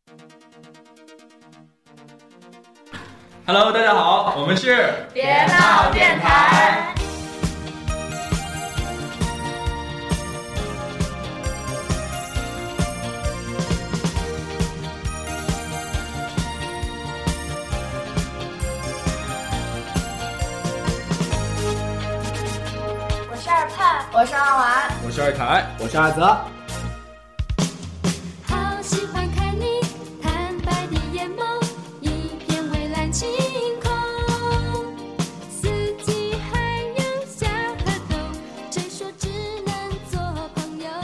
Hello， 大家好，我们是别闹电台。 我是二盼， 我是二娃， 我是二凯， 我是二泽。 好喜欢看你坦白的眼眸，一片蔚蓝晴空，四季还有小河沟，谁说只能做朋友？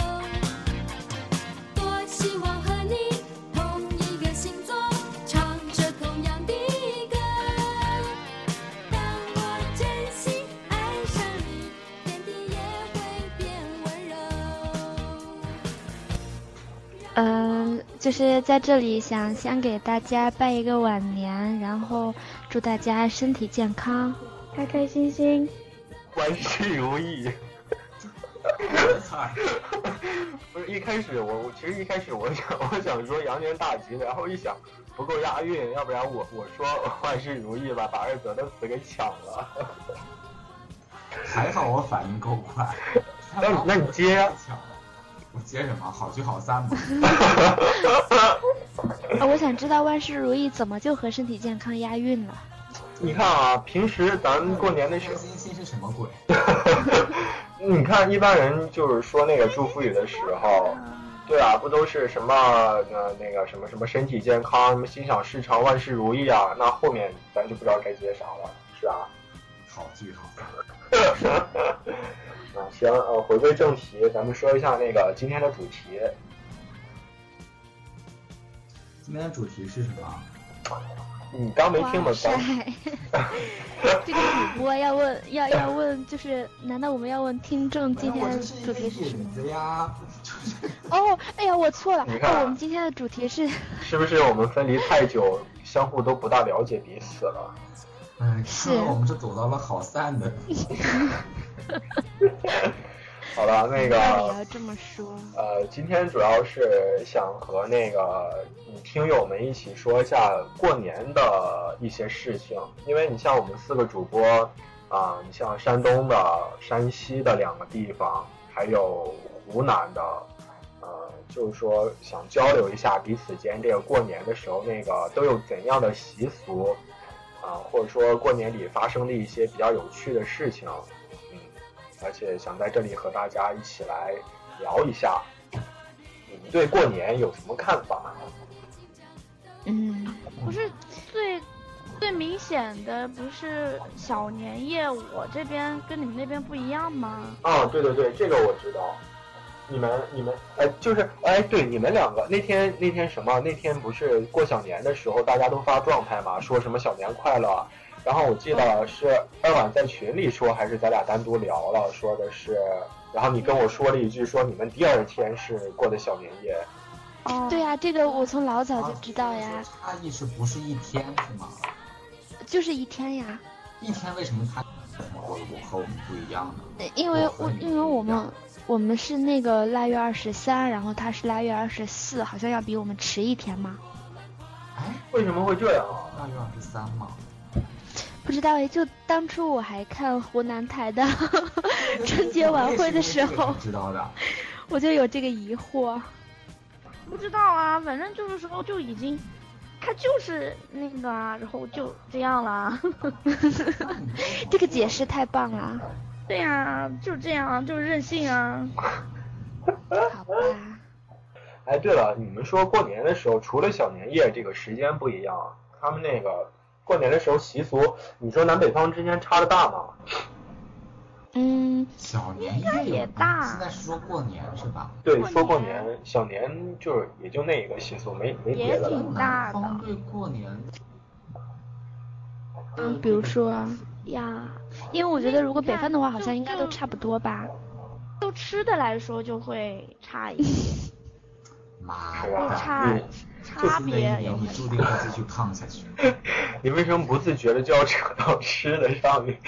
多希望和你同一个星座，唱着同样的歌。当我真心爱上你，天地也会变温柔。 就是在这里想先给大家拜一个晚年，然后祝大家身体健康，开开心心， 万事如意。不是一开始我其实一开始我想说羊年大吉，然后一想不够押韵，要不然我说万事如意吧，把二泽的词给抢了。 还好我反应够快。 那你接呀？ 我接什么？好聚好散嘛。 我想知道万事如意怎么就和身体健康押韵了？ 你看啊，平时咱过年的时候， 开心心是什么鬼？ 你看一般人就是说那个祝福语的时候，对啊，不都是什么那个什么什么身体健康，什么心想事成，万事如意啊？那后面咱就不知道该接啥了，是吧？ 好聚好散。 行，回归正题，咱们说一下那个今天的主题。 今天的主题是什么？ 你刚没听吗？ 这个主播要问，就是难道我们要问听众今天的主题是什么呀？ 哦，哎呀，我错了。我们今天的主题是不是我们分离太久，相互都不大了解彼此了？ 是我们是走到了好散的。 好了，那个也要这么说。 今天主要是想和那个听友们一起说一下过年的一些事情，因为你像我们4个主播你像山东的、山西的2个地方，还有湖南的，就是说想交流一下彼此间这个过年的时候那个都有怎样的习俗或者说过年里发生的一些比较有趣的事情。而且想在这里和大家一起来聊一下，你们对过年有什么看法？ 不是最明显的不是小年夜，我这边跟你们那边不一样吗？ 对对对，这个我知道。你们就是对，你们2个那天什么？那天不是过小年的时候大家都发状态嘛，说什么小年快乐。然后我记得是二晚在群里说，还是咱俩单独聊了，说的是，然后你跟我说了一句，说你们第2天是过的小年夜。 对呀，这个我从老早就知道呀。 差异是不是1天是吗？ 就是1天呀。 1天为什么他和我们不一样呢？ 因为我们是那个腊月23，然后他是腊月24，好像要比我们迟1天嘛。 为什么会这样啊？ 腊月23吗？ 不知道就当初我还看湖南台的春节晚会的时候， 知道的， 我就有这个疑惑。 不知道啊，反正就是说就已经，他就是那个然后就这样了。 这个解释太棒了。 对呀，就是这样，就是任性啊。 好吧。 对了，你们说过年的时候，除了小年夜这个时间不一样，他们那个过年的时候习俗，你说南北方之间差的大吗？ 小年夜也大。 现在是说过年是吧？ 对，说过年，小年就是也就那一个习俗，没别的了。 也挺大的。 南方对过年， 比如说呀，因为我觉得如果北方的话，好像应该都差不多吧。 就吃的来说就会差一些。 妈的， 差别你注定要继续胖下去。 你为什么不自觉的就要扯到吃的上面？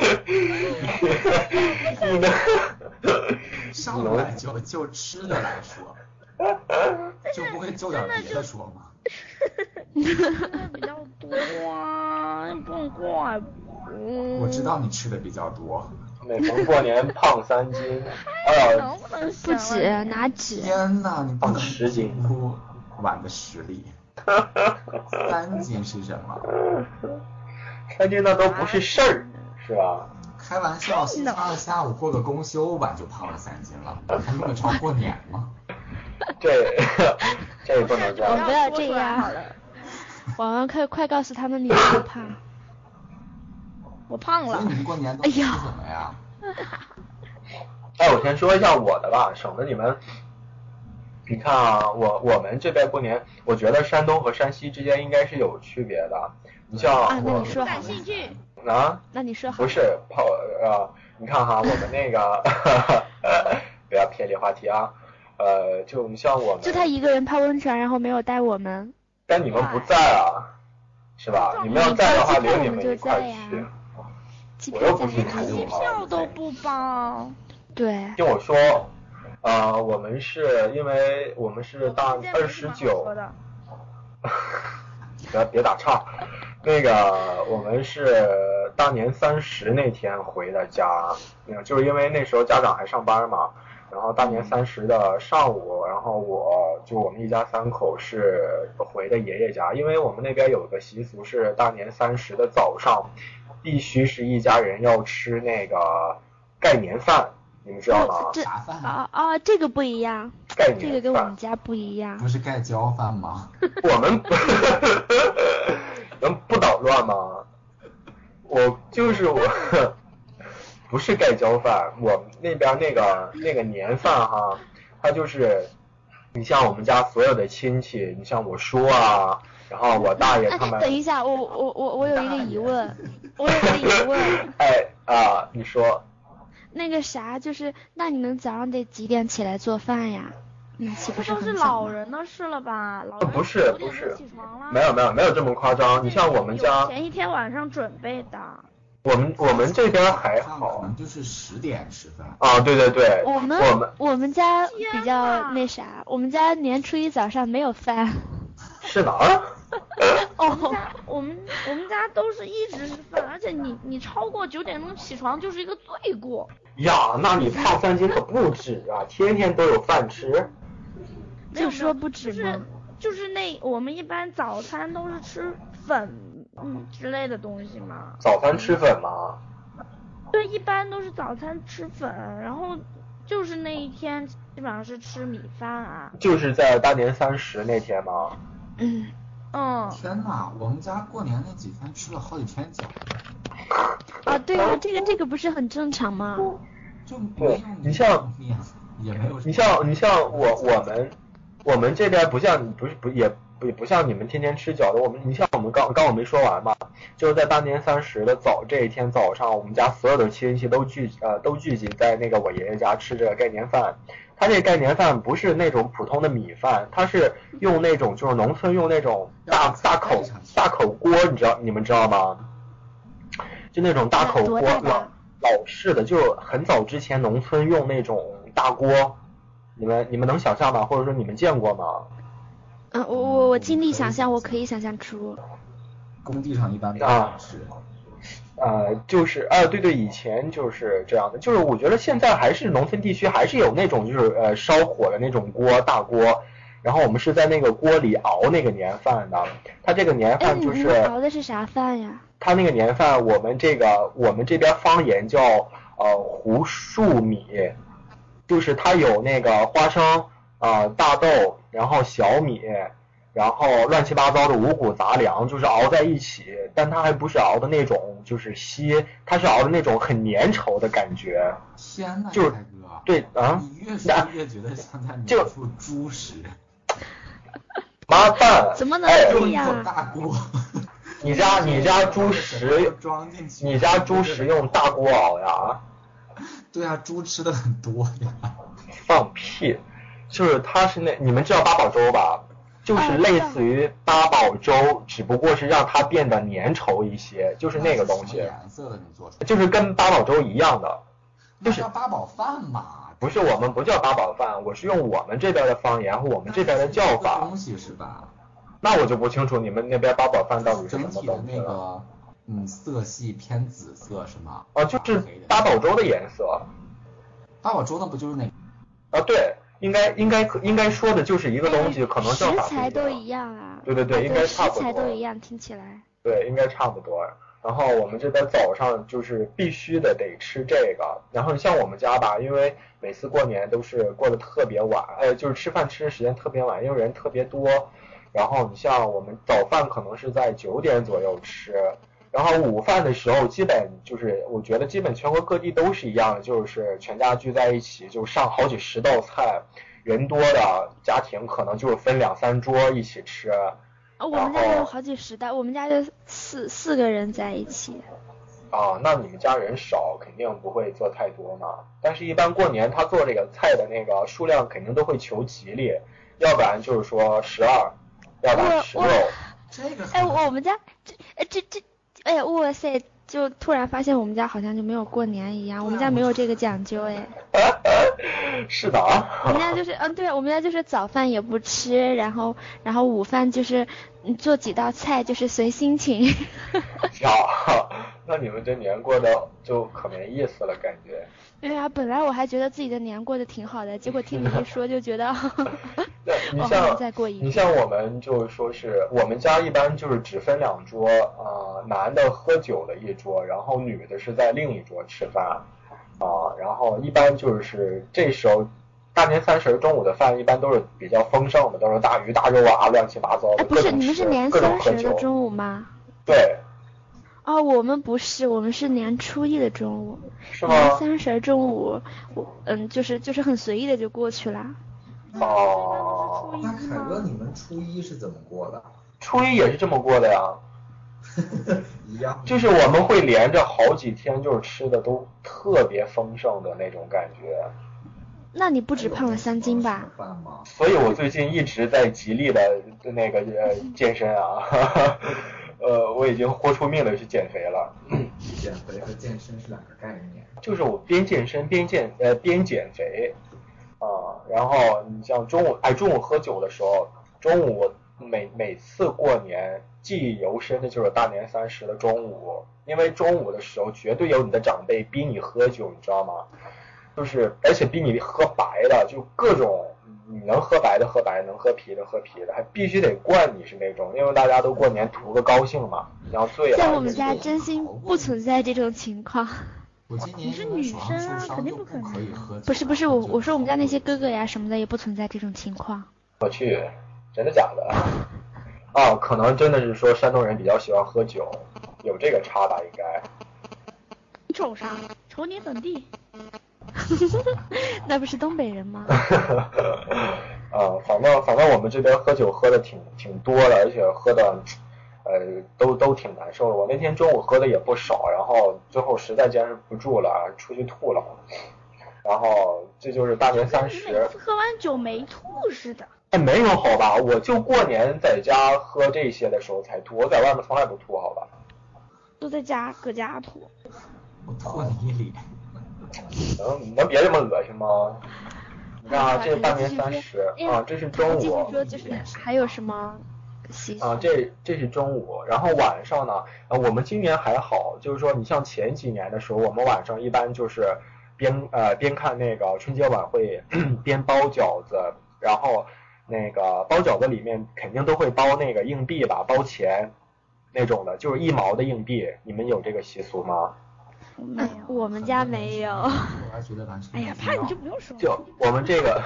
你呢？ 上来就吃的来说，就不会就点别的说吗？ 比较多啊，你不能怪我。 我知道你吃的比较多。 每逢过年胖3斤，哎呀， 能不能不止拿纸， 天哪，你不能 10斤哭碗的实力。3斤是什么 3斤那都不是事儿，是吧？ 开玩笑，星期二下午过个公休碗就胖了3斤了，还用得着过年吗？ 这也不能这样。 不要这样。网上快告诉他们你不胖。 我胖了。 所以你们过年都吃什么呀？ 哎，我先说一下我的吧，省得你们。你看啊，我们这边过年，我觉得山东和山西之间应该是有区别的。你像我， 那你说好感兴趣啊？ 那你说好。 不是你看哈，我们那个不要偏离话题啊。就你像我们， 就他一个人泡温泉，然后没有带我们。 但你们不在啊，是吧？你们要在的话，领你们一块去。我又不是你机票都不包。 对。 听我说，我们是因为我们是大29，别打岔。那个我们是大年30那天回的家，就是因为那时候家长还上班嘛。然后大年30的上午，然后我们一家3口是回的爷爷家，因为我们那边有个习俗是大年30的早上，必须是一家人要吃那个盖年饭，你们知道吗？ 啥饭？ 这个不一样， 盖年饭， 这个跟我们家不一样。 不是盖浇饭吗？ 我们能不捣乱吗？我不是盖浇饭，我那边那个年饭哈，它就是你像我们家所有的亲戚，你像我叔啊，然后我大爷他们。 等一下，我有一个疑问， 你说。 那个啥，就是那你们早上得几点起来做饭呀？岂不是都是老人的事了吧？老人不是， 起床了。 没有这么夸张。你像我们家前一天晚上准备的。 我们这边还好， 可能就是10点吃饭。 啊，对。 我们家比较那啥，我们家年初一早上没有饭。 是哪儿？ 我们家都是一直是饭，而且你超过9点钟起床就是一个罪过。 呀，那你胖3斤可不止啊！天天都有饭吃。 就说不止吗？ 就是我们一般早餐都是吃粉之类的东西嘛。 早餐吃粉吗？ 对，一般都是早餐吃粉，然后就是那一天基本上是吃米饭啊。就是在大年30那天吗？ 天哪，我们家过年那几天吃了好几天饺子。对啊，这个不是很正常吗？ 就没有你像也没有。 你像我们这边不像不像你们天天吃饺子，你像我们刚我没说完嘛，就是在大年30的这一天早上，我们家所有的亲戚都聚集在那个我爷爷家吃这个盖年饭。他这盖年饭不是那种普通的米饭，他是用那种就是农村用那种大口锅，你们知道吗？就那种大口锅，老式的，就很早之前农村用那种大锅，你们能想象吗？或者说你们见过吗？ 我尽力想象，我可以想象出。 工地上一般都是。 就是对，以前就是这样的，就是我觉得现在还是农村地区还是有那种就是烧火的那种大锅，然后我们是在那个锅里熬那个年饭的。它这个年饭就是。 熬的是啥饭呀？ 它那个年饭，我们这边方言叫胡树米，就是它有那个花生大豆，然后小米。然后乱七八糟的五谷杂粮就是熬在一起，但它还不是熬的那种就是稀，它是熬的那种很粘稠的感觉。 天哪， 就是大哥， 对啊， 你越说越觉得像在描述猪食。 麻烦， 怎么能这样？大锅。 你家猪食装进去？ 你家猪食用大锅熬呀？ 对啊，猪吃的很多呀。 放屁，就是它是你们知道八宝粥吧？就是类似于八宝粥，只不过是让它变得粘稠一些，就是那个东西。 颜色的你做出来。 就是跟八宝粥一样的。就是叫八宝饭嘛。 不是，我们不叫八宝饭，我是用我们这边的方言和我们这边的叫法。 东西是吧？ 那我就不清楚你们那边八宝饭到底是什么整体的东西那了。 个色系偏紫色是吗？ 哦，就是黑的八宝粥的颜色。 八宝粥那不就是那个？ 啊，对，应该说的就是一个东西，可能叫食法材都一样啊。 对对对，应该差不食材都多。 一样，听起来。 对，应该差不多。然后我们这边早上就是必须的得吃这个。然后像我们家吧，因为每次过年都是过得特别晚，就是吃饭吃的时间特别晚，因为人特别多。然后你像我们早饭可能是在9点左右吃，然后午饭的时候基本就是我觉得基本全国各地都是一样的，就是全家聚在一起就上好几十道菜，人多的家庭可能就是分2、3桌一起吃。 我们家有好几十袋，我们家就四个人在一起。 啊，那你们家人少，肯定不会做太多嘛。但是，一般过年他做这个菜的那个数量肯定都会求吉利，要不然就是说12，要不然16。 这个我们家哎呀，哇塞！就突然发现我们家好像就没有过年一样，我们家没有这个讲究哎。 是的啊。 我们家就是对，我们家就是早饭也不吃，然后午饭就是做几道菜，就是随心情。 呀，那你们这年过得就可没意思了，感觉。 对啊，本来我还觉得自己的年过得挺好的，结果听你一说就觉得你我还想再过一你像我们就是说是我们家一般就是只分2桌，男的喝酒的一桌，然后女的是在另一桌吃饭，然后一般就是这时候大年30中午的饭一般都是比较丰盛的，都是大鱼大肉啊，乱七八糟的。 不是，你们是年30的中午吗？ 对。 哦，我们不是，我们是年初1的中午。 是吗？ 年30中午，就是很随意的就过去了。 哦。 那凯哥，你们初1是怎么过的？ 初1也是这么过的呀。 一样。 就是我们会连着好几天，就是吃的都特别丰盛的那种感觉。 那你不止胖了3斤吧？ 所以我最近一直在极力的那个健身啊。我已经豁出命的去减肥了。 减肥和健身是2个概念。 就是我边健身边减肥，然后你像中午喝酒的时候，中午我每次过年记忆犹深的就是大年30的中午，因为中午的时候绝对有你的长辈逼你喝酒，你知道吗？就是而且逼你喝白的，就各种。你能喝白的喝白，能喝啤的喝啤的，还必须得灌你是那种，因为大家都过年图个高兴嘛，然后醉了。 在我们家真心不存在这种情况。 你是女生啊，肯定不可能。 不是，我说我们家那些哥哥呀什么的也不存在这种情况。 我去，真的假的？可能真的是说山东人比较喜欢喝酒，有这个差吧应该。 你瞅啥？瞅你本地。 那不是东北人吗？ 反正我们这边喝酒喝的挺多的，而且喝的都挺难受的。我那天中午喝的也不少，然后最后实在坚持不住了，出去吐了。然后这就是大年30。 你每次喝完酒没吐似的。 没有好吧？我就过年在家喝这些的时候才吐，我在外面从来不吐，好吧？ 都在家搁家吐。 我吐你脸。 能别这么恶心吗？你看啊，这是大年30啊，这是中午。 继续说，就是还有什么习俗？ 这是中午，然后晚上呢，我们今年还好，就是说你像前几年的时候，我们晚上一般就是边看那个春节晚会，边包饺子，然后那个包饺子里面肯定都会包那个硬币吧，包钱那种的，就是1毛的硬币，你们有这个习俗吗？ 没有， 我们家没有。 我还觉得完全。 哎呀，怕你就不用说。 就我们这个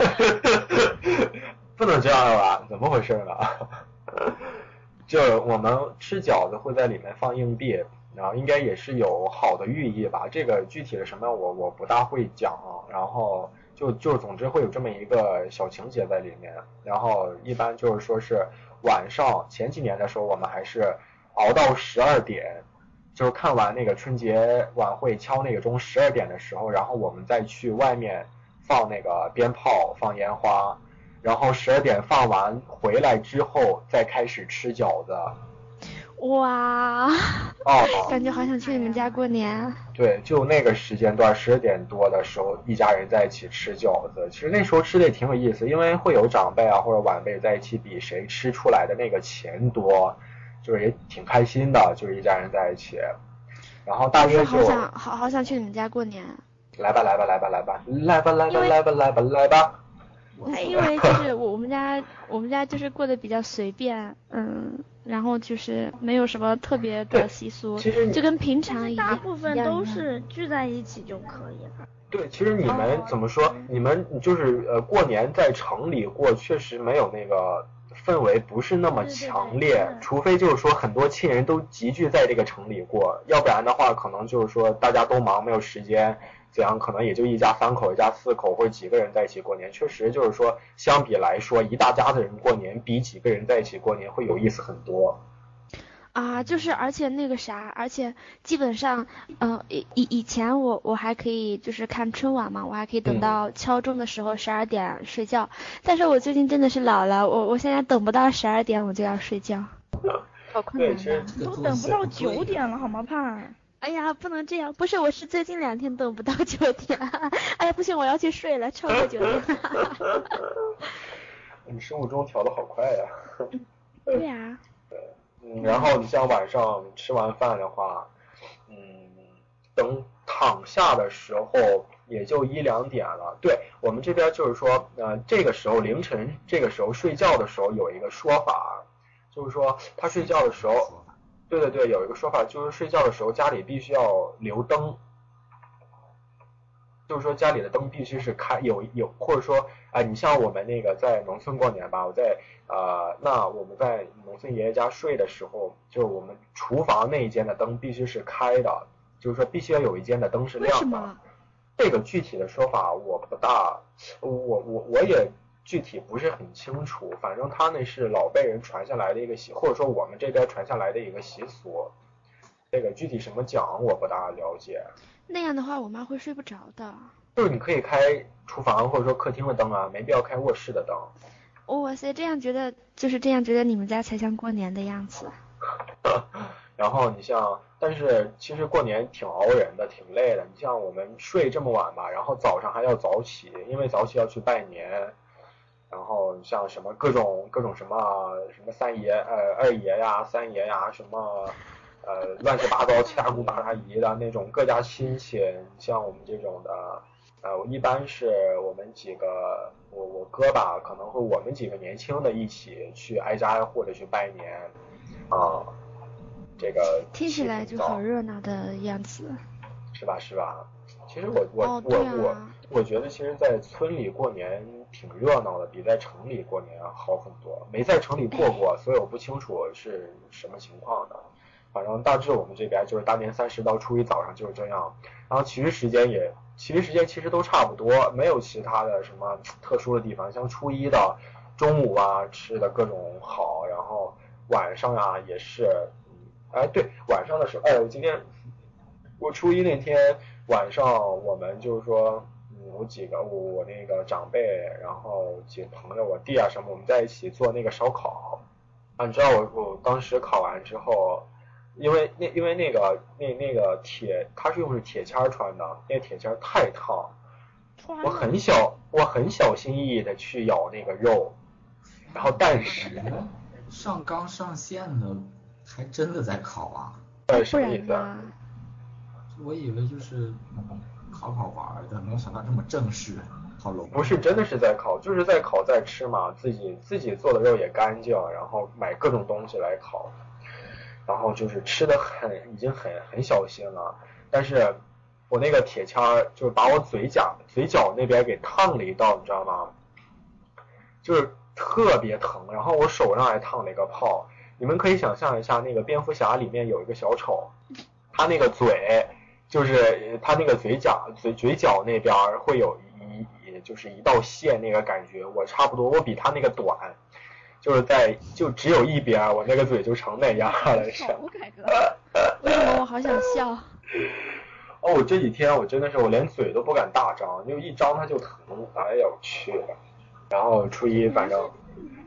不能这样吧？怎么回事呢？就我们吃饺子会在里面放硬币，然后应该也是有好的寓意吧。这个具体的什么我不大会讲，然后就总之会有这么一个小情节在里面。然后一般就是说是晚上，前几年的时候我们还是熬到12点。就是看完那个春节晚会敲那个钟12点的时候，然后我们再去外面放那个鞭炮放烟花，然后12点放完回来之后再开始吃饺子。 哇， 哦， 感觉好想去你们家过年。 对，就那个时间段10点多的时候，一家人在一起吃饺子。其实那时候吃的也挺有意思，因为会有长辈啊或者晚辈在一起比谁吃出来的那个钱多，就是也挺开心的，就是一家人在一起。然后大约就好想去你们家过年。 来吧， 因为就是我们家就是过得比较随便，然后就是没有什么特别的习俗，就跟平常一样。 大部分都是聚在一起就可以了。 对，其实你们怎么说？你们就是过年在城里过，确实没有那个氛围，不是那么强烈。除非就是说很多亲人都集聚在这个城里过，要不然的话，可能就是说大家都忙，没有时间。这样可能也就一家3口、一家4口或者几个人在一起过年，确实就是说，相比来说，一大家子人过年比几个人在一起过年会有意思很多。 就是而且基本上，以前我还可以就是看春晚嘛，我还可以等到敲钟的时候12点睡觉，但是我最近真的是老了，我现在等不到12点我就要睡觉，好困难啊！ 都等不到9点了，好吗，胖？ 哎呀，不能这样，不是，我是最近2天等不到9点，哎呀，不行，我要去睡了，超过9点。 你生物钟调得好快呀！ 对呀。 然后你像晚上吃完饭的话，等躺下的时候也就1、2点了。对，我们这边就是说，这个时候凌晨这个时候睡觉的时候有一个说法，就是说他睡觉的时候。对，有一个说法，就是睡觉的时候家里必须要留灯，就是说家里的灯必须是开有，或者说你像我们那个在农村过年吧，那我们在农村爷爷家睡的时候，就是我们厨房那一间的灯必须是开的，就是说必须要有一间的灯是亮的。为什么？这个具体的说法我不大，我也具体不是很清楚，反正他那是老辈人传下来的一个或者说我们这边传下来的一个习俗。这个具体什么讲我不大了解。 那样的话我妈会睡不着的。 就是你可以开厨房或者说客厅的灯啊，没必要开卧室的灯。 哇塞，这样觉得你们家才像过年的样子。 然后你像，但是其实过年挺熬人的，挺累的。你像我们睡这么晚吧，然后早上还要早起，因为早起要去拜年。然后像什么各种什么2爷呀、3爷呀，什么乱七八糟七大姑八大姨的那种各家亲戚，像我们这种的，我一般是我们几个我哥吧，可能会我们几个年轻的一起去挨家挨户的去拜年这个听起来就好热闹的样子， 是吧？其实我觉得，其实，在村里过年挺热闹的，比在城里过年好很多。没在城里过过，所以我不清楚是什么情况的。反正大致我们这边就是大年30到初1早上就是这样，然后其余时间其实都差不多，没有其他的什么特殊的地方。像初1的中午啊，吃的各种好，然后晚上啊也是，对，晚上的时候，我初1那天晚上，我们就是说，有几个我那个长辈，然后几个朋友，我弟啊什么，我们在一起做那个烧烤。你知道我当时烤完之后，因为那个铁，它是用铁签穿的，那个铁签太烫，我很小心翼翼的去咬那个肉，然后但是上纲上线的还真的在烤啊？ 什么意思？ 我以为就是烤玩的，没有想到这么正式，好隆。 不是，真的是在烤，就是在烤在吃嘛，自己做的肉也干净，然后买各种东西来烤，然后就是吃的已经很小心了，但是我那个铁签就是把我嘴角那边给烫了一道，你知道吗？就是特别疼，然后我手上还烫了一个泡。你们可以想象一下，那个蝙蝠侠里面有一个小丑，他那个嘴。就是他那个嘴角那边会有就是一道线那个感觉，我差不多我比他那个短，就只有一边，我那个嘴就成那样了。 凯哥，为什么我好想笑？ 我这几天我真的是我连嘴都不敢大张，就一张它就疼，哎呀我去。然后初1反正是因为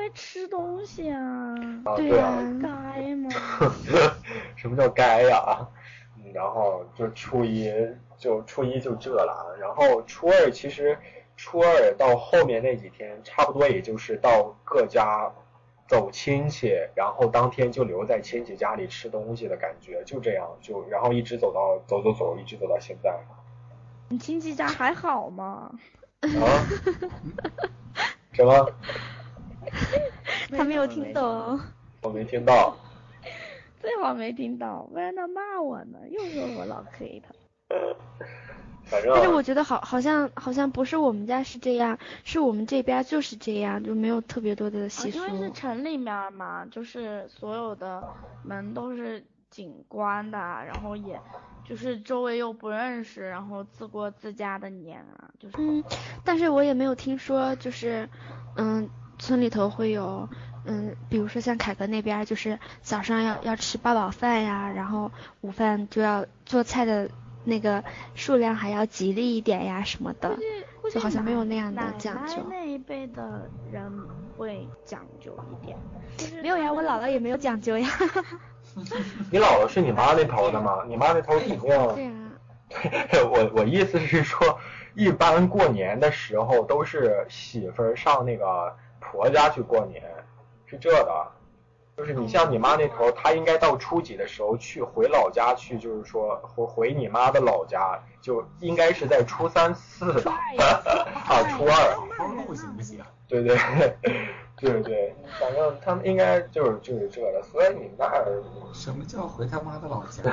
该吃东西啊， 对对啊， 该吗？ 什么叫该呀？然后就初一就这了，然后初二其实初二到后面那几天，差不多也就是到各家走亲戚，然后当天就留在亲戚家里吃东西的感觉，就这样然后一直走，一直走到现在。 你亲戚家还好吗？ 啊？什么？ 他没有听懂。 我没听到。 最好没听到，不然他骂我呢，又说我老 K 他。 反正但是我觉得好像不是我们家是这样，是我们这边就是这样，就没有特别多的习俗。 因为是城里面嘛，就是所有的门都是紧关的，然后也就是周围又不认识，然后自过自家的年啊，就是。 但是我也没有听说就是村里头会有比如说像凯哥那边就是早上要吃八宝饭呀，然后午饭就要做菜的那个数量还要吉利一点呀什么的，就好像没有那样的讲究。 奶奶那一辈的人会讲究一点。 没有呀，我姥姥也没有讲究呀。 你姥姥是你妈那头的吗？你妈那头肯定。 对啊。 我意思是说，一般过年的时候都是媳妇儿上那个婆家去过年，是这的。就是你像你妈那头，她应该到初几的时候回老家去，就是说回你妈的老家，就应该是在初三四吧，啊，初二。 跑路行不行？ 对对对，反正他们应该就是这的，所以你们那儿什么叫回他妈的老家？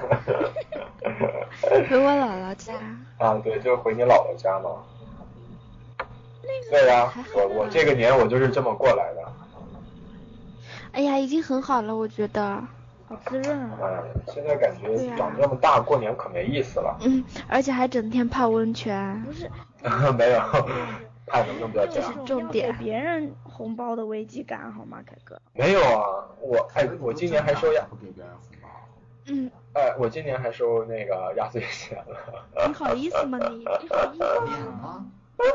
回我姥姥家。 啊，对，就是回你姥姥家嘛。对呀，我这个年我就是这么过来的。 哎呀，已经很好了，我觉得。 好滋润啊！ 现在感觉长这么大，过年可没意思了。 而且还整天泡温泉。 不是。 没有，太能不要这是重点。 给别人红包的危机感好吗，凯哥？ 没有啊，我今年还收不给别人红包。 我今年还收那个压岁钱了。 你好意思吗你？你好意思吗？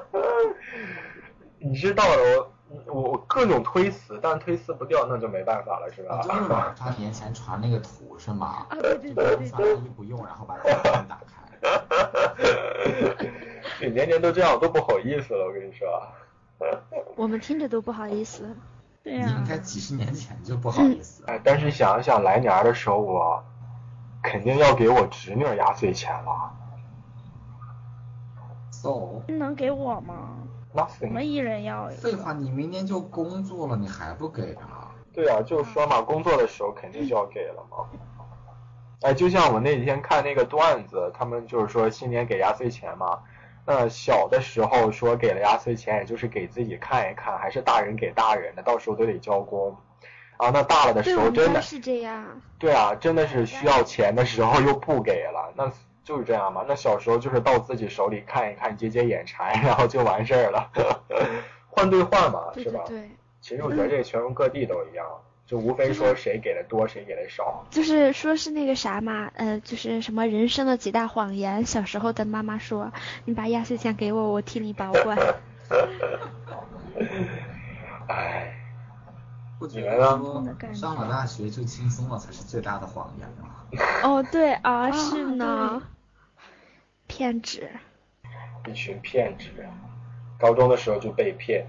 你知道的，我各种推辞，但推辞不掉，那就没办法了，是吧？ 就是他年前传那个图是吗？ 啊，对， 传了一不用，然后把这个打开。 你年年都这样，都不好意思了，我跟你说。 我们听着都不好意思。 对呀。 你应该几十年前就不好意思。 但是想一想，来年的时候我肯定要给我侄女压岁钱了。 So。 能给我吗？我们一人要一个。 废话，你明年就工作了，你还不给啊？ 对啊，就说嘛，工作的时候肯定就要给了嘛。就像我那几天看那个段子，他们就是说新年给压岁钱嘛。小的时候说给了压岁钱，也就是给自己看一看，还是大人给大人的，到时候都得交工。那大了的时候真的是这样。 对啊，真的是需要钱的时候又不给了，那就是这样嘛。那小时候就是到自己手里看一看，解解眼馋，然后就完事儿了。换兑换嘛，是吧？ 对。 其实我觉得这全国各地都一样，就无非说谁给的多，谁给的少。 就是说是那个啥嘛，就是什么人生的几大谎言。小时候的妈妈说，你把压岁钱给我，我替你保管。 哎。 你们呢？上了大学就轻松了才是最大的谎言嘛。 哦，对啊，是呢。骗子。 一群骗子。高中的时候就被骗。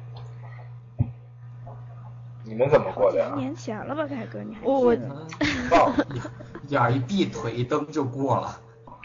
你们怎么过的呀？ 好几年前了吧，凯哥，你还我眼一闭腿一蹬就过了。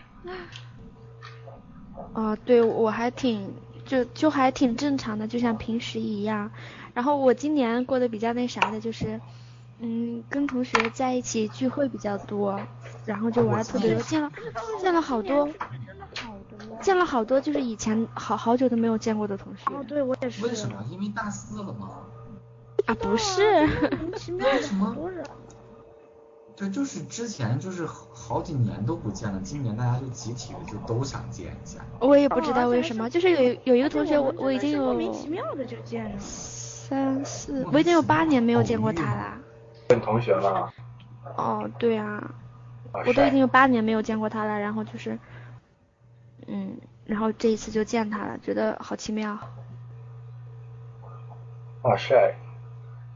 对，我还挺就还挺正常的，就像平时一样。然后我今年过得比较那啥的，就是跟同学在一起聚会比较多，然后就玩特别多，见了好多。见了好多，就是以前好久都没有见过的同学。 对，我也是。 为什么？因为大四了吗？ 不是。 为什么？ 对，就是之前就是好几年都不见了，今年大家就集体的就都想见一下。 我也不知道为什么，就是有一个同学，我已经有莫名其妙的就见了。 3、4，我已经有8年没有见过他了。 跟同学吗？ 对啊，我都已经有8年没有见过他了，然后就是，然后这一次就见他了，觉得好奇妙。 是。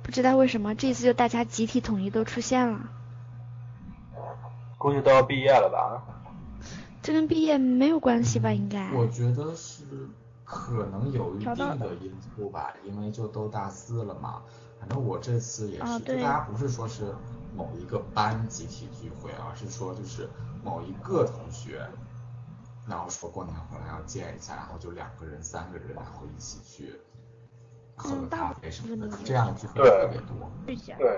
不知道为什么这次就大家集体统一都出现了。 估计都要毕业了吧？ 这跟毕业没有关系吧？应该。 我觉得是可能有一定的因素吧，因为就都大4了嘛。反正我这次也是，就大家不是说是某一个班集体聚会，而是说就是某一个同学，然后说过年回来要见一下，然后就2个人、3个人，然后一起去喝个咖啡什么的，这样的聚会特别多。 对。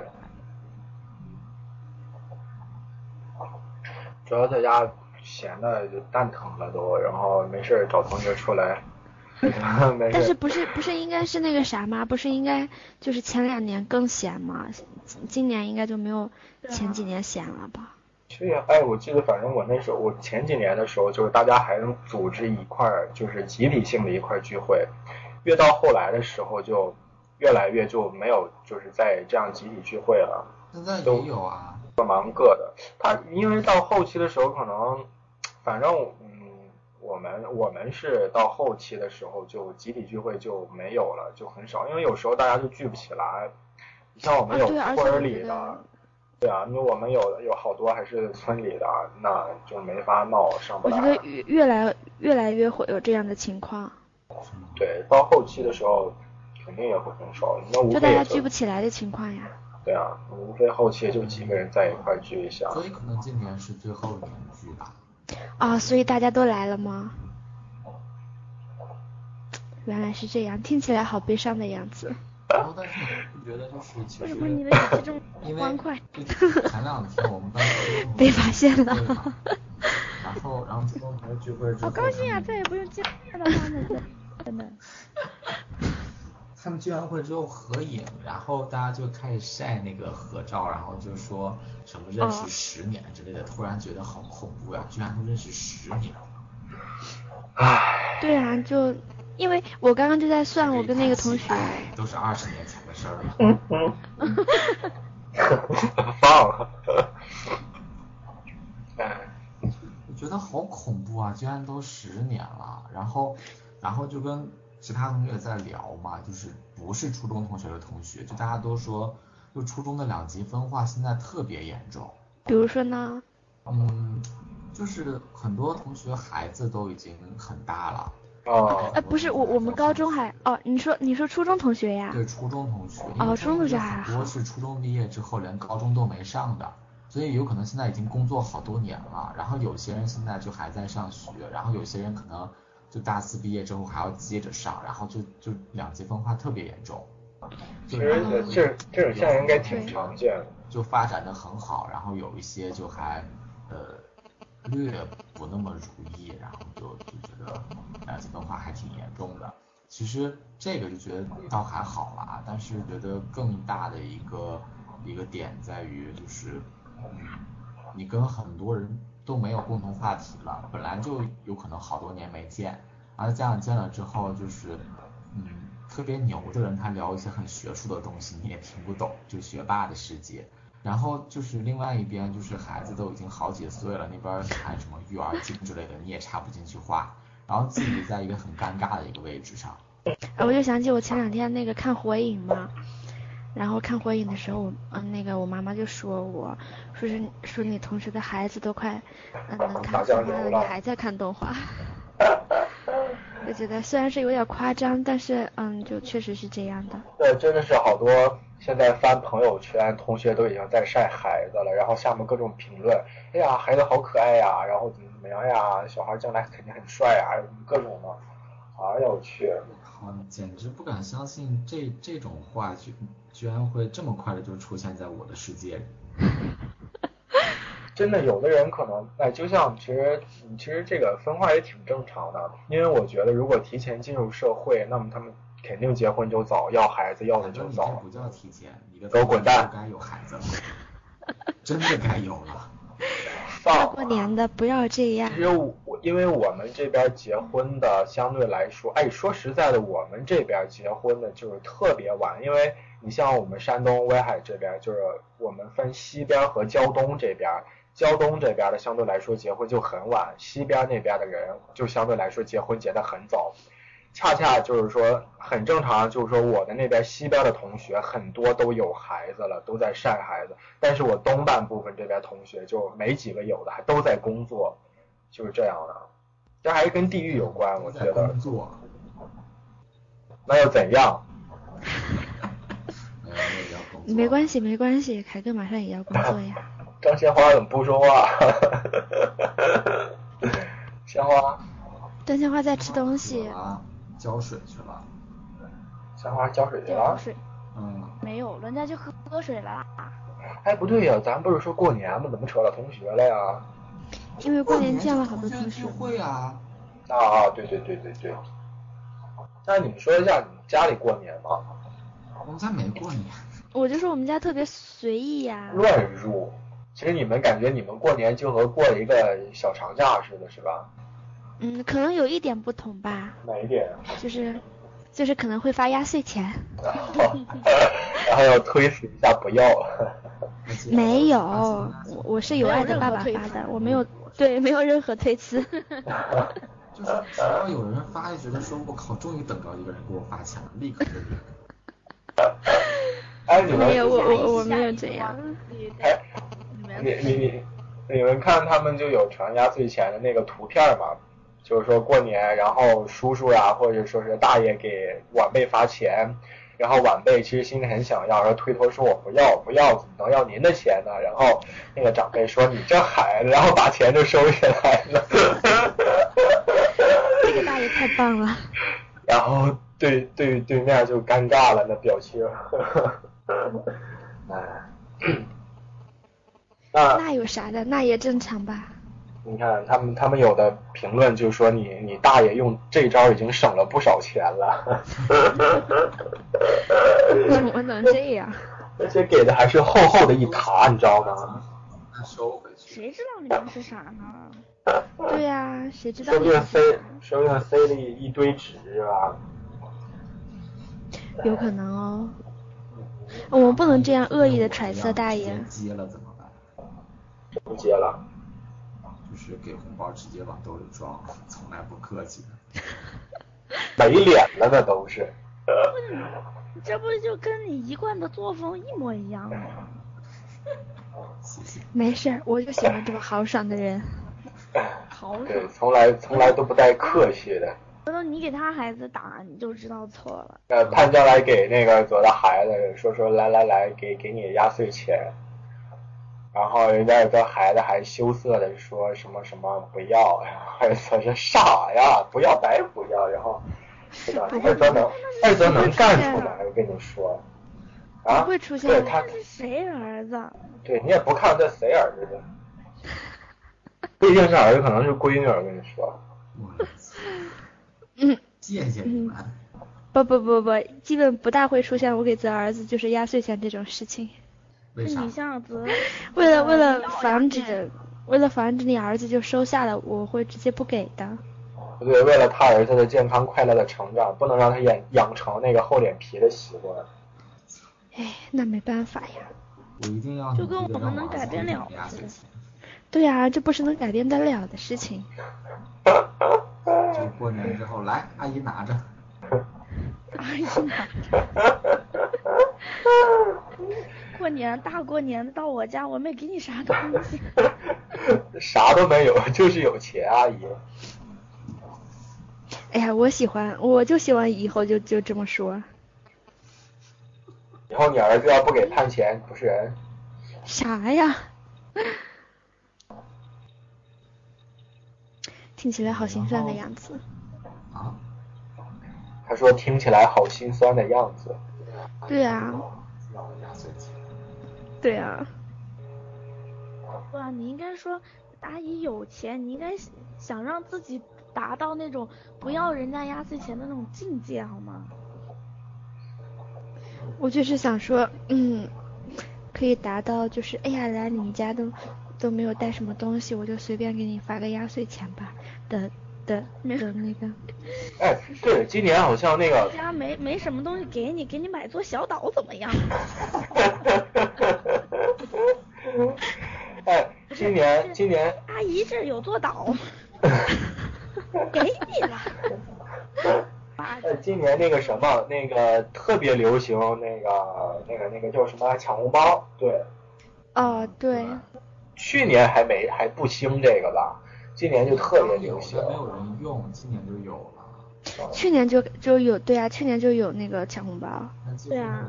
主要在家闲的就蛋疼了都，然后没事找同学出来。 但是不是应该是那个啥吗？不是应该就是前2年更闲吗？今年应该就没有前几年闲了吧？ 是呀，哎，我记得反正我那时候，我前几年的时候，就是大家还能组织一块儿，就是集体性的一块聚会。越到后来的时候，就越来越就没有就是在这样集体聚会了。 现在也有啊， 各忙各的。他因为到后期的时候，可能反正我们是到后期的时候就集体聚会就没有了，就很少，因为有时候大家就聚不起来。你像我们有村里的，对啊，因为我们有好多还是村里的，那就没法闹，上不来。 我觉得越来越会有这样的情况。 对，到后期的时候肯定也会很少，那无非就大家聚不起来的情况呀。 对啊，无非后期就几个人在一块聚一下。 所以可能今年是最后一年聚吧。 啊，所以大家都来了吗？原来是这样，听起来好悲伤的样子。 然后，但是你不觉得就是其实， 为什么你的语气这么欢快？ 因为前2天我们班被发现了。 然后初中同学聚会之后， 好高兴啊！再也不用见到他们，真的。 他们聚完会之后合影，然后大家就开始晒那个合照，然后就说什么认识10年之类的，突然觉得好恐怖呀，居然都认识10年。 唉。 对啊，就因为我刚刚就在算，我跟那个同学都是20年前的事儿了。 放了。 我觉得好恐怖啊，居然都10年了，然后就跟其他同学在聊嘛，就是不是初中同学的同学，就大家都说，就初中的2级分化现在特别严重。 比如说呢？ 就是很多同学孩子都已经很大了。 不是我们高中还你说初中同学呀？ 对，初中同学。 初中同学还好。 很多是初中毕业之后连高中都没上的，所以有可能现在已经工作好多年了，然后有些人现在就还在上学，然后有些人可能就大4毕业之后还要接着上，然后就2级分化特别严重。 其实这种现象应该挺常见的。 就发展的很好，然后有一些就还略不那么如意，然后就觉得2级分化还挺严重的。其实这个就觉得倒还好啦，但是觉得更大的一个点在于就是你跟很多人都没有共同话题了，本来就有可能好多年没见，而这样见了之后就是特别牛的人他聊一些很学术的东西你也听不懂，就学霸的世界。然后就是另外一边就是孩子都已经好几岁了，那边看什么育儿经之类的你也插不进去话，然后自己在一个很尴尬的一个位置上。 我就想起我前2天那个看火影嘛，然后看火影的时候那个我妈妈就说我说你同学的孩子都快能看动画了，你还在看动画。我觉得虽然是有点夸张，但是就确实是这样的。 对，真的是好多现在翻朋友圈，同学都已经在晒孩子了，然后下面各种评论，哎呀，孩子好可爱呀，然后怎么样呀，小孩将来肯定很帅呀，各种的，哎呀我去， 简直不敢相信这种话居然会这么快的就出现在我的世界里。 真的，有的人可能就像其实这个分化也挺正常的，因为我觉得如果提前进入社会，那么他们肯定结婚就早，要孩子要的就早。 不叫提前，你的都滚蛋， 该有孩子了，真的该有了。 大过年的不要这样。 因为我们这边结婚的相对来说，说实在的，我们这边结婚的就是特别晚，因为你像我们山东威海这边，就是我们分西边和胶东这边。胶东这边的相对来说结婚就很晚，西边那边的人就相对来说结婚结得很早。 恰恰就是说很正常，就是说我的那边西边的同学很多都有孩子了，都在晒孩子，但是我东半部分这边同学就没几个有的，还都在工作，就是这样的。这还是跟地域有关，我觉得。 工作。 那又怎样？ 没关系，没关系，凯哥马上也要工作呀。 张鲜花怎么不说话？鲜花。 张鲜花在吃东西。 浇水去了。 鲜花浇水去了。 浇水。没有，人家就喝水了啦。 哎，不对呀，咱不是说过年吗？怎么扯到同学了呀？ 因为过年见了好多同学。 聚会啊。 啊，对。那你们说一下，你们家里过年吗？ 我们家没过年。 我就说我们家特别随意呀。 乱入。其实你们感觉你们过年就和过了一个小长假似的，是吧？ 可能有一点不同吧。 哪一点？ 就是可能会发压岁钱。 然后要推辞一下不要。 没有，我是有爱的爸爸发的，我没有任何推辞。 就是只要有人发，就觉得说我靠，终于等到一个人给我发钱了，立刻就领。 哎，你们没有，我没有这样。 哎，你们看他们就有传压岁钱的那个图片嘛？就是说过年，然后叔叔呀，或者说是大爷给晚辈发钱，然后晚辈其实心里很想要，然后推脱说我不要，怎么能要您的钱呢？然后那个长辈说你这孩子，然后把钱就收起来了。 这个大爷太棒了。 然后对面就尴尬了，那表情。 那有啥的，那也正常吧。 你看他们有的评论就说你大爷用这招已经省了不少钱了。 怎么能这样？ 而且给的还是厚厚的一沓，你知道吗？ 收回去。 谁知道里面是啥呢？ 对呀，谁知道？ 说不定塞了一堆纸是吧？ 有可能哦。我们不能这样恶意的揣测大爷。 接了怎么办？ 不接了。 就是给红包直接往兜里装，从来不客气的。 没脸了，那都是。 这不就跟你一贯的作风一模一样吗？ 没事，我就喜欢这个豪爽的人。 豪爽。 对，从来都不带客气的。 回头你给他孩子打，你就知道错了。 潘将来给那个左的孩子说来给你压岁钱。然后人家有个孩子还羞涩的说什么不要，孩子说傻呀，不要白不要，然后是吧？二则能干出来，我跟你说。啊？ 不会出现。 对他是谁儿子？ 对你也不看这谁儿子，不一定是儿子，可能是闺女，我跟你说。 谢谢你们。 不，基本不大会出现我给择儿子就是压岁钱这种事情。 为啥？ 你像择为了防止你儿子就收下了，我会直接不给的。 对，为了他儿子的健康快乐的成长，不能让他养成那个厚脸皮的习惯。 哎，那没办法呀。 我一定要就跟我们能改变了似的。 对呀，这不是能改变得了的事情。 就是过年之后，来，阿姨拿着。 阿姨拿着。大过年到我家，我没给你啥东西。 啥都没有，就是有钱，阿姨。 哎呀，我就喜欢以后就这么说。 以后你儿子要不给判钱，不是人。 啥呀？听起来好心酸的样子。 啊？ 他说听起来好心酸的样子。 对啊。对啊。 对啊，你应该说阿姨有钱，你应该想让自己达到那种不要人家压岁钱的那种境界，好吗？ 我就是想说，可以达到就是，哎呀，来你家都没有带什么东西，我就随便给你发个压岁钱吧的那个。 哎，对，今年好像那个家没什么东西给你买座小岛怎么样？ 哎，今年阿姨这有座岛，给你了。 今年那个什么，那个特别流行，那个叫什么抢红包，对。 哦，对。 去年还不兴这个吧，今年就特别流行。 没有人用，今年就有了。 去年就有，对啊，去年就有那个抢红包。 对啊。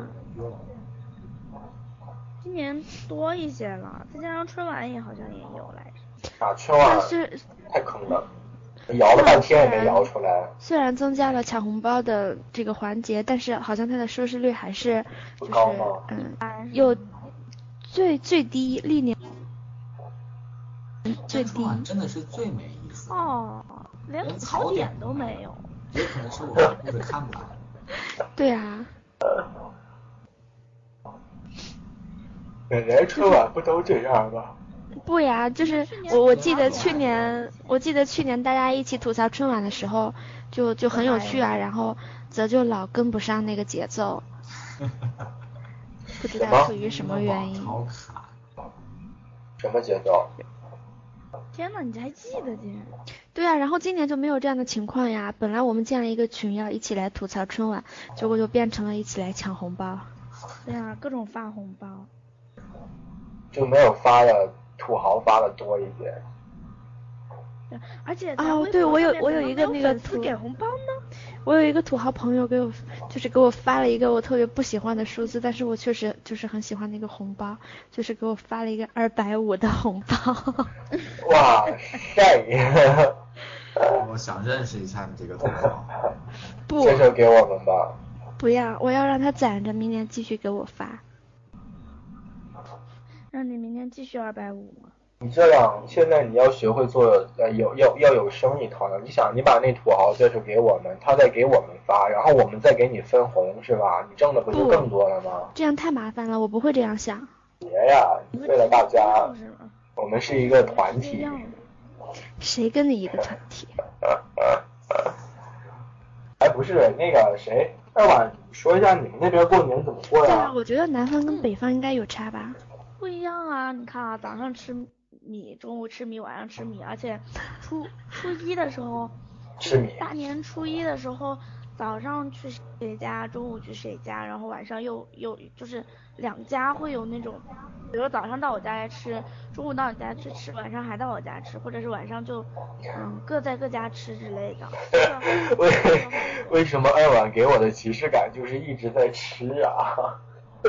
今年多一些了，再加上春晚也好像也有来着。 啊，春晚太坑了，摇了半天也没摇出来。 虽然增加了抢红包的这个环节，但是好像它的收视率还是就是有最低历年最低。 真的是最没意思。 哦，连槽点都没有。 也可能是我一直看不来。 对啊。 每年春晚不都这样吗？ 不呀，就是我记得去年大家一起吐槽春晚的时候，就很有趣啊，然后则就老跟不上那个节奏，不知道出于什么原因。 什么节奏？ 天哪，你还记得竟然？ 对啊，然后今年就没有这样的情况呀。本来我们建了一个群，要一起来吐槽春晚，结果就变成了一起来抢红包。 对啊，各种发红包。 就没有发的土豪发的多一点。 对，而且对，我有一个那个粉丝给红包呢。 我有一个土豪朋友给我发了一个我特别不喜欢的数字，但是我确实就是很喜欢那个红包，就是给我发了一个250的红包。 哇塞！ 我想认识一下你这个土豪。 不， 介绍给我们吧。 不要，我要让他攒着，明年继续给我发。 让你明年继续250吗？ 你这样，现在你要学会做要有生意头脑。你想，你把那土豪介绍给我们，他再给我们发，然后我们再给你分红，是吧？你挣的不就更多了吗？ 这样太麻烦了，我不会这样想。 别呀，为了大家，我们是一个团体。 谁跟你一个团体？ 哎，不是那个谁，二婉说一下你们那边过年怎么过呀？ 对啊，我觉得南方跟北方应该有差吧。 不一样啊！你看啊，早上吃米，中午吃米，晚上吃米，而且初一的时候吃米， 大年初一的时候，早上去谁家，中午去谁家，然后晚上又就是两家会有那种，比如早上到我家来吃，中午到你家去吃，晚上还到我家吃，或者是晚上就各在各家吃之类的。 为什么二婉给我的即视感就是一直在吃啊？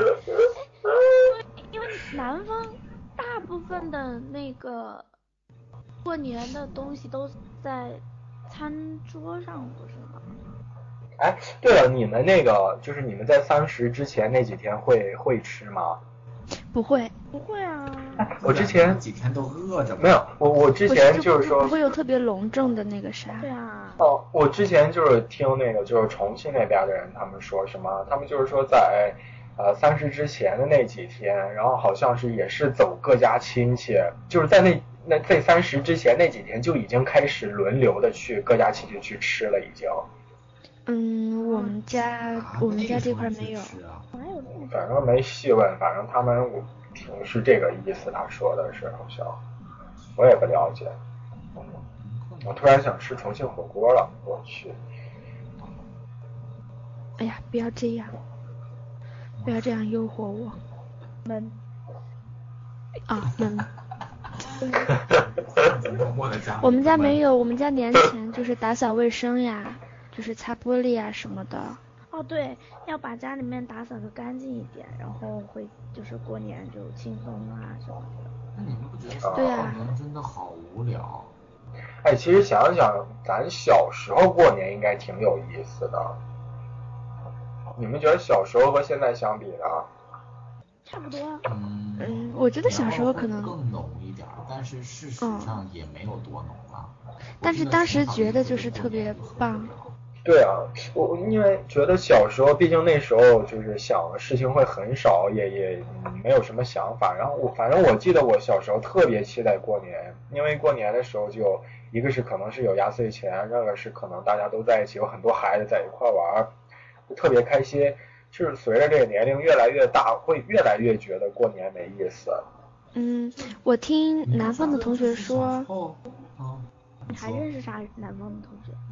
因为南方大部分的那个过年的东西都在餐桌上，不是吗？ 哎，对了，你们那个就是你们在30之前那几天会吃吗？ 不会啊。 我之前几天都饿着。 没有，我之前就是说不会有特别隆重的那个啥。 对啊。 哦，我之前就是听那个就是重庆那边的人他们说什么，他们就是说在30之前的那几天，然后好像是也是走各家亲戚，就是在在30之前那几天就已经开始轮流的去各家亲戚去吃了，已经。 我们家这块没有。 反正没细问，反正他们听是这个意思，他说的是好像，我也不了解。我突然想吃重庆火锅了，我去。 哎呀，不要这样。不要这样诱惑我。 闷。 我们家没有，我们家年前就是打扫卫生呀，就是擦玻璃啊什么的。 哦，对，要把家里面打扫得干净一点，然后会就是过年就清风啊什么的。 那你们不觉得对啊， 过年真的好无聊？ 哎，其实想想，咱小时候过年应该挺有意思的。你们觉得小时候和现在相比呢？ 差不多。 我觉得小时候可能更浓一点，但是事实上也没有多浓了。 但是当时觉得就是特别棒。 对啊，我因为觉得小时候，毕竟那时候就是想的事情会很少，也没有什么想法。然后反正我记得我小时候特别期待过年，因为过年的时候就一个是可能是有压岁钱，另一个是可能大家都在一起，有很多孩子在一块玩，就特别开心。就是随着这个年龄越来越大，会越来越觉得过年没意思。 我听南方的同学说。 你还认识啥南方的同学？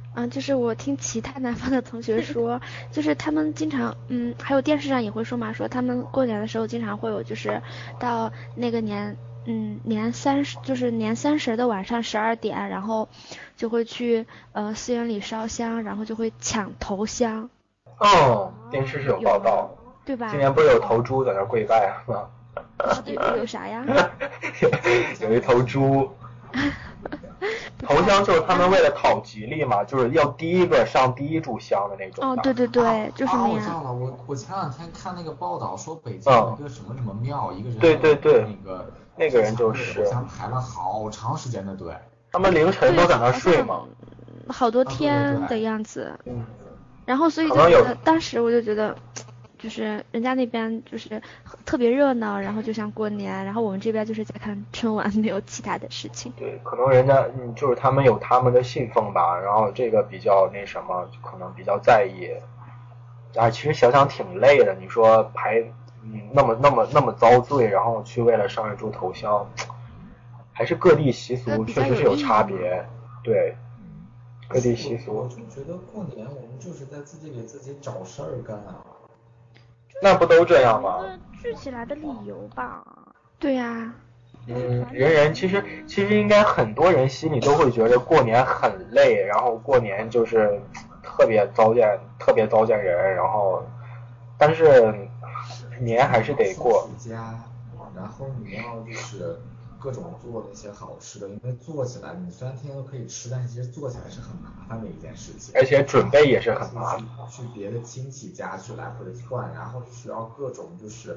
就是我听其他南方的同学说，就是他们经常，还有电视上也会说嘛，说他们过年的时候经常会有，就是到那个年30，就是年30的晚上12点，然后就会去寺院里烧香，然后就会抢头香。 哦，电视是有报道， 对吧？ 今年不是有头猪在那跪拜吗？ 有啥呀？ 有一头猪。头香就是他们为了讨吉利嘛，就是要第一个上第一炷香的那种。 哦，对对对，就是那样。 我知道了，我前两天看那个报道说北京有一个什么什么庙，一个人对那个人就是头香排了好长时间的队。 他们凌晨都在那睡嘛， 好多天的样子。然后所以就当时我就觉得。就是人家那边就是特别热闹，然后就像过年，然后我们这边就是在看春晚，没有其他的事情。 对，可能人家就是他们有他们的信奉吧，然后这个比较那什么，可能比较在意。其实想想挺累的，你说排那么遭罪，然后去为了上一炷头香，还是各地习俗确实是有差别。对，各地习俗。 我就觉得过年我们就是在自己给自己找事儿干啊。 那不都这样吗？ 聚起来的理由吧。 对呀。 人其实应该很多人心里都会觉得过年很累，然后过年就是特别糟践人，然后但是年还是得过。 家，然后你要就是各种做那些好吃的，因为做起来你虽然天天都可以吃，但其实做起来是很麻烦的一件事情， 而且准备也是很麻烦。 去别的亲戚家去来回的窜，然后需要各种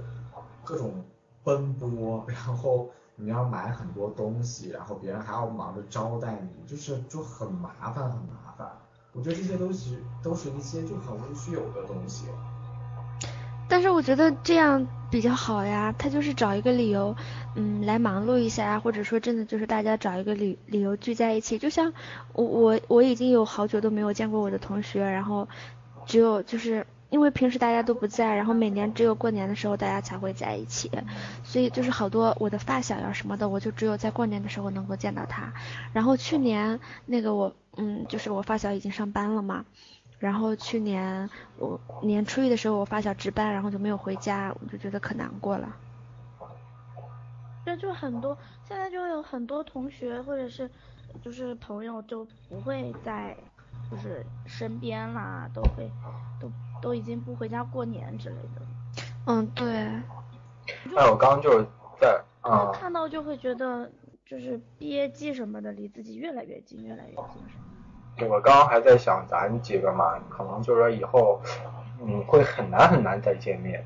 奔波，然后你要买很多东西，然后别人还要忙着招待你，就很麻烦。我觉得这些东西都是一些就很无需有的东西。 但是我觉得这样比较好呀，他就是找一个理由，来忙碌一下呀，或者说真的就是大家找一个理由聚在一起。就像我已经有好久都没有见过我的同学，然后只有就是因为平时大家都不在，然后每年只有过年的时候大家才会在一起，所以就是好多我的发小呀什么的，我就只有在过年的时候能够见到他。然后去年那个就是我发小已经上班了嘛。然后去年我年初一的时候我发小值班，然后就没有回家，我就觉得可难过了。 对，就很多现在就有很多同学或者是就是朋友就不会在就是身边啦，都已经不回家过年之类的。 对。 我刚刚就是在看到就会觉得就是毕业季什么的离自己越来越近。 对，我刚刚还在想咱几个嘛，可能就是说以后会很难再见面。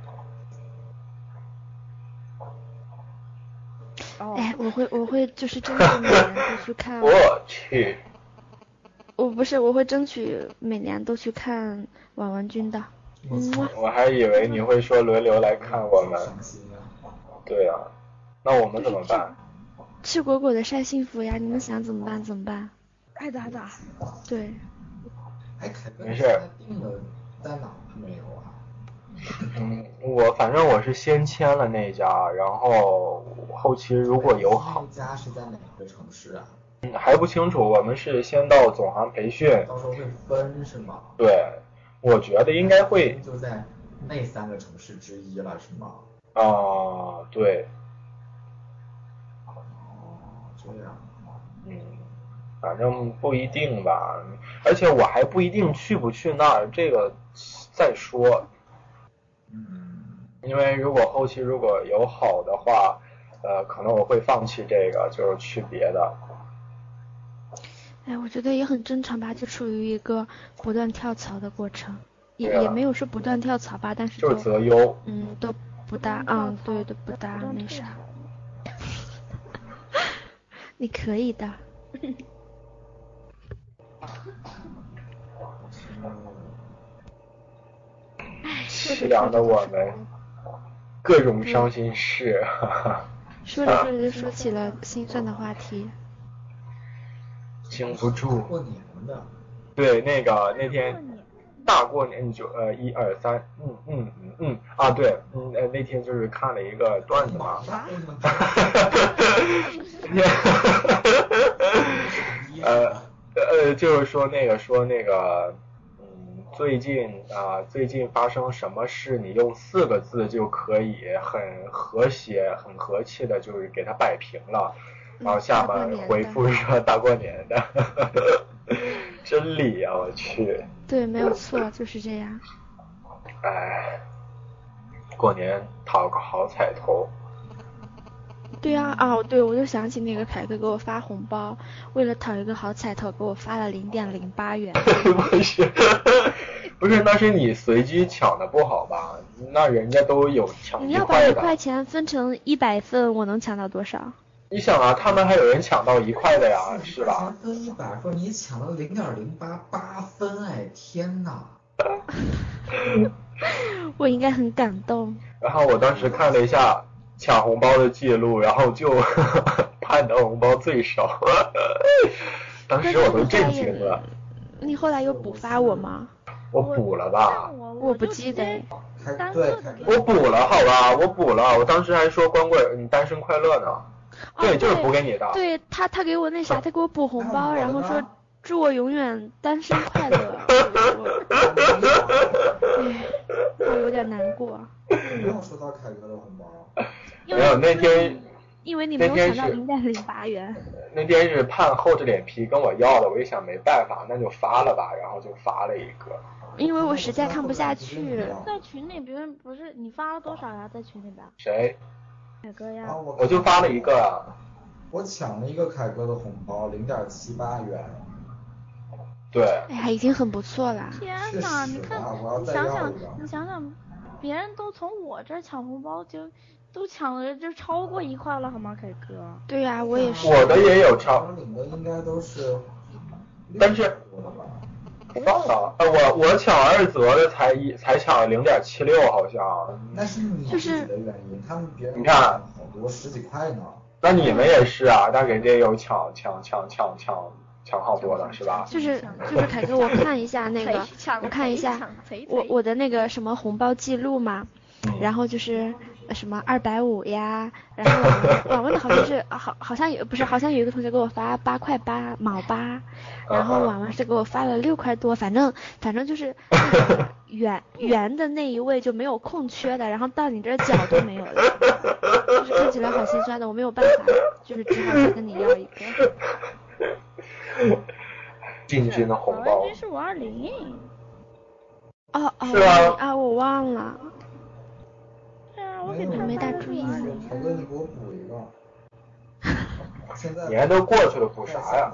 哎，我会就是争取每年都去看。 我去。 我会争取每年都去看婉文君的。 我还以为你会说轮流来看我们。对啊，那我们怎么办？ 赤果果的晒幸福呀，你们想怎么办？ 爱咋咋。 对。 没事。 定了在哪没有啊？ 反正我是先签了那家，然后后期如果有好。 那家是在哪个城市啊？ 还不清楚，我们是先到总行培训。 到时候会分是吗？ 对，我觉得应该会。 就在那3个城市之一了是吗？ 对。 这样。 反正不一定吧，而且我还不一定去不去那儿，这个再说。因为如果后期如果有好的话，可能我会放弃这个，就是去别的。 我觉得也很正常吧，就处于一个不断跳槽的过程，也没有说不断跳槽吧，但是就是择优。 都不大，对，都不大那啥。你可以的。 凄凉的我们，各种伤心事。 说着就说起了心酸的话题。 经不住。 过年的。 对，那天大过年就1、2、3，对，那天就是看了一个段子嘛。 就是说那个最近发生什么事，你用4个字就可以很和谐、很和气的，就是给它摆平了。然后下面回复说大过年的，真理啊！我去。 对，没有错，就是这样。 哎，过年讨个好彩头。 对啊，对，我就想起那个凯哥给我发红包，为了讨一个好彩头，给我发了0.08元。 不是，那是你随机抢的不好吧？那人家都有抢1块的。 你要把1块钱分成100份，我能抢到多少？ 你想啊，他们还有人抢到1块的呀，是吧？ 分100份，你抢了0.088分，哎，天哪！ 我应该很感动。 然后我当时看了一下抢红包的记录，然后就盼到红包最少，当时我都震惊了。 你后来有补发我吗？ 我补了吧？ 我不记得。 对， 我补了，好吧，我补了。我当时还说光棍你单身快乐呢。对，就是补给你的。 对他给我那啥，他给我补红包，然后说祝我永远单身快乐。我有点难过。 没有收到凯哥的红包。 没有，那天因为你没有抢到0.08元。 那天是盼厚着脸皮跟我要的，我一想没办法，那就发了吧，然后就发了一个。 因为我实在看不下去。 在群里别人不是你发了多少呀？在群里边。 谁？ 凯哥呀。 我就发了一个啊。 我抢了一个凯哥的红包，0.78元。 对。 哎呀，已经很不错了。 天哪，你看，你想想，别人都从我这儿抢红包都抢了就超过1块了，好吗，凯哥？ 对呀，我也是。 我的也有超。 领的应该都是。 但是。我忘了，我抢2折的才抢了0.76，好像。 那是你自己的原因，他们别人你看好多10几块呢。 那你们也是啊，但人家有抢好多的是吧？ 就是凯哥，我看一下那个，我看一下我的那个什么红包记录嘛，然后就是什么250呀，然后网问好像是好像有不是好像有一个同学给我发8块8毛8，然后网问是给我发了6块多，反正就是圆的那一位就没有空缺的，然后到你这角都没有了，就是看起来好心酸的，我没有办法，就是只好再跟你要一个。 进军的红包。 这是520。 是啊。 啊，我忘了。 对啊，我给他没大注意。 凯哥，你给我补一个。现在年都过去了，补啥呀？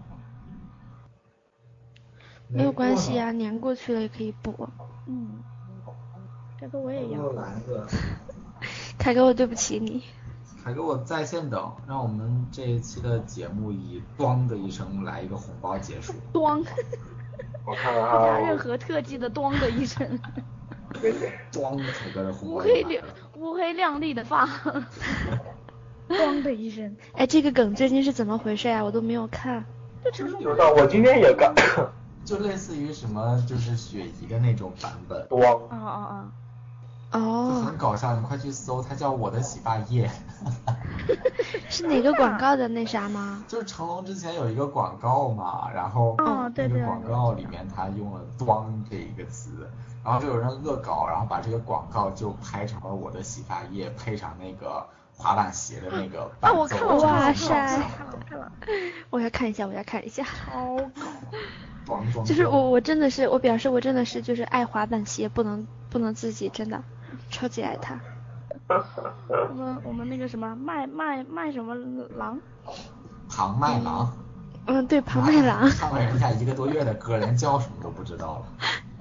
没有关系啊，年过去了也可以补。 凯哥我也要。 凯哥，我对不起你。 凯哥，我在线等，让我们这一期的节目以“咣”的一声来一个红包结束。 咣！ 我看看不加任何特技的“咣”的一声。 咣！凯哥的红包。 乌黑亮丽的发。咣的一声。 哎，这个梗最近是怎么回事呀？我都没有看。 有的，我今天也干。 就类似于什么，就是雪姨的那种版本。 咣。 就很搞笑，你快去搜，它叫我的洗发液。 是哪个广告的那啥吗？ 就是成龙之前有一个广告嘛，然后那个广告里面他用了“咣”这一个词，然后就有人恶搞，然后把这个广告就拍成了我的洗发液，配上那个滑板鞋的那个伴奏。 我看了， 哇塞， 看了， 我要看一下。 超搞。就是我真的是，我表示我真的是就是爱滑板鞋，不能自己，真的超级爱它。 我们那个什么卖什么狼？ 庞麦郎。 对，庞麦郎。 唱了人家1个多月的歌，连叫什么都不知道了。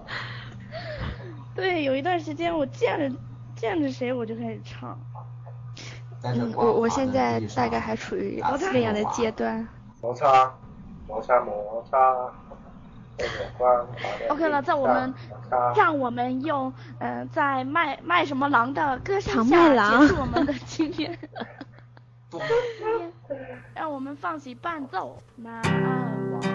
对，有一段时间我见着谁我就开始唱。 我现在大概还处于这样的阶段。 摩擦。 OK 了，让我们用在卖什么狼的歌声下结束我们的今天。让我们放起伴奏，南岸王。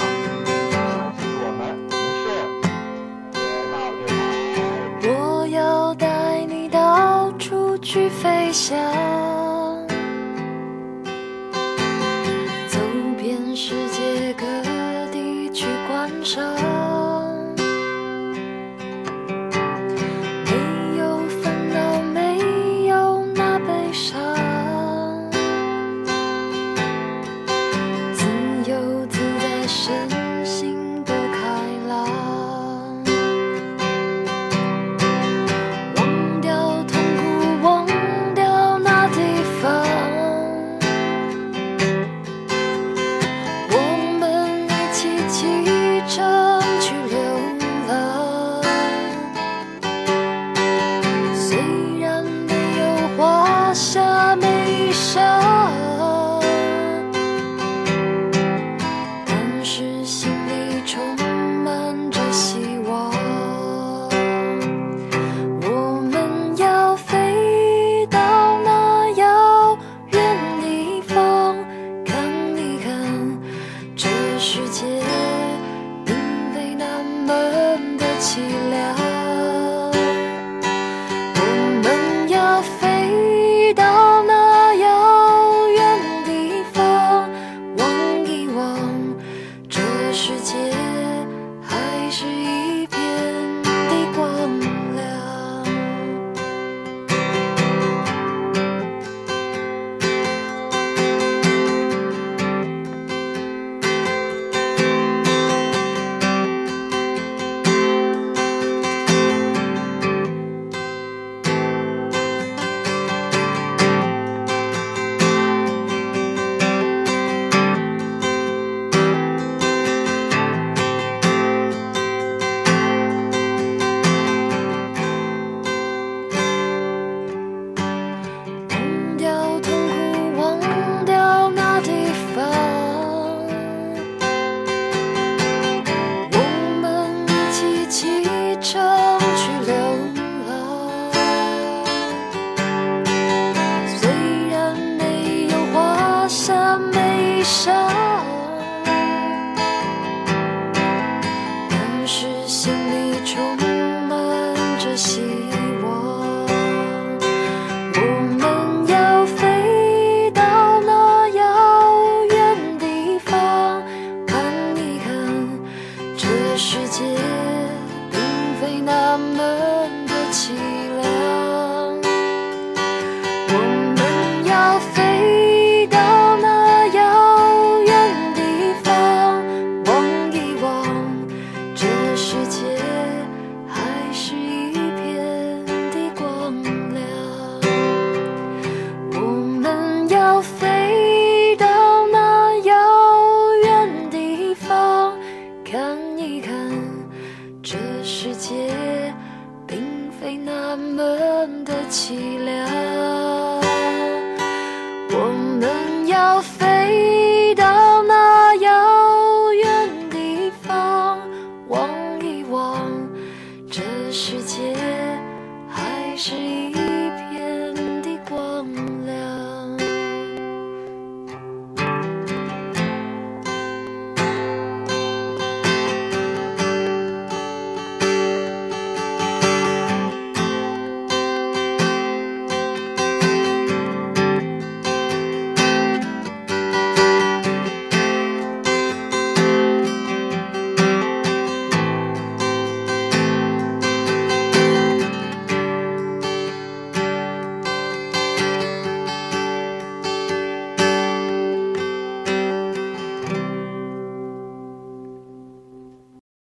我要想，走遍世界各地去观赏，没有烦恼，没有那悲伤，自由自在，身心多开朗。忘掉痛苦，忘掉那地方，我们一起启程去流浪。虽然没有华厦美裳，但是心里充满着希望。我们要飞到那遥远地方，看一看这世界并非那么的凄凉。我们要飞到那遥远地方，望一望这世界还是一片的光亮。忘掉痛苦，忘掉那地方，我们一起启程去流浪。虽然没有华厦美裳，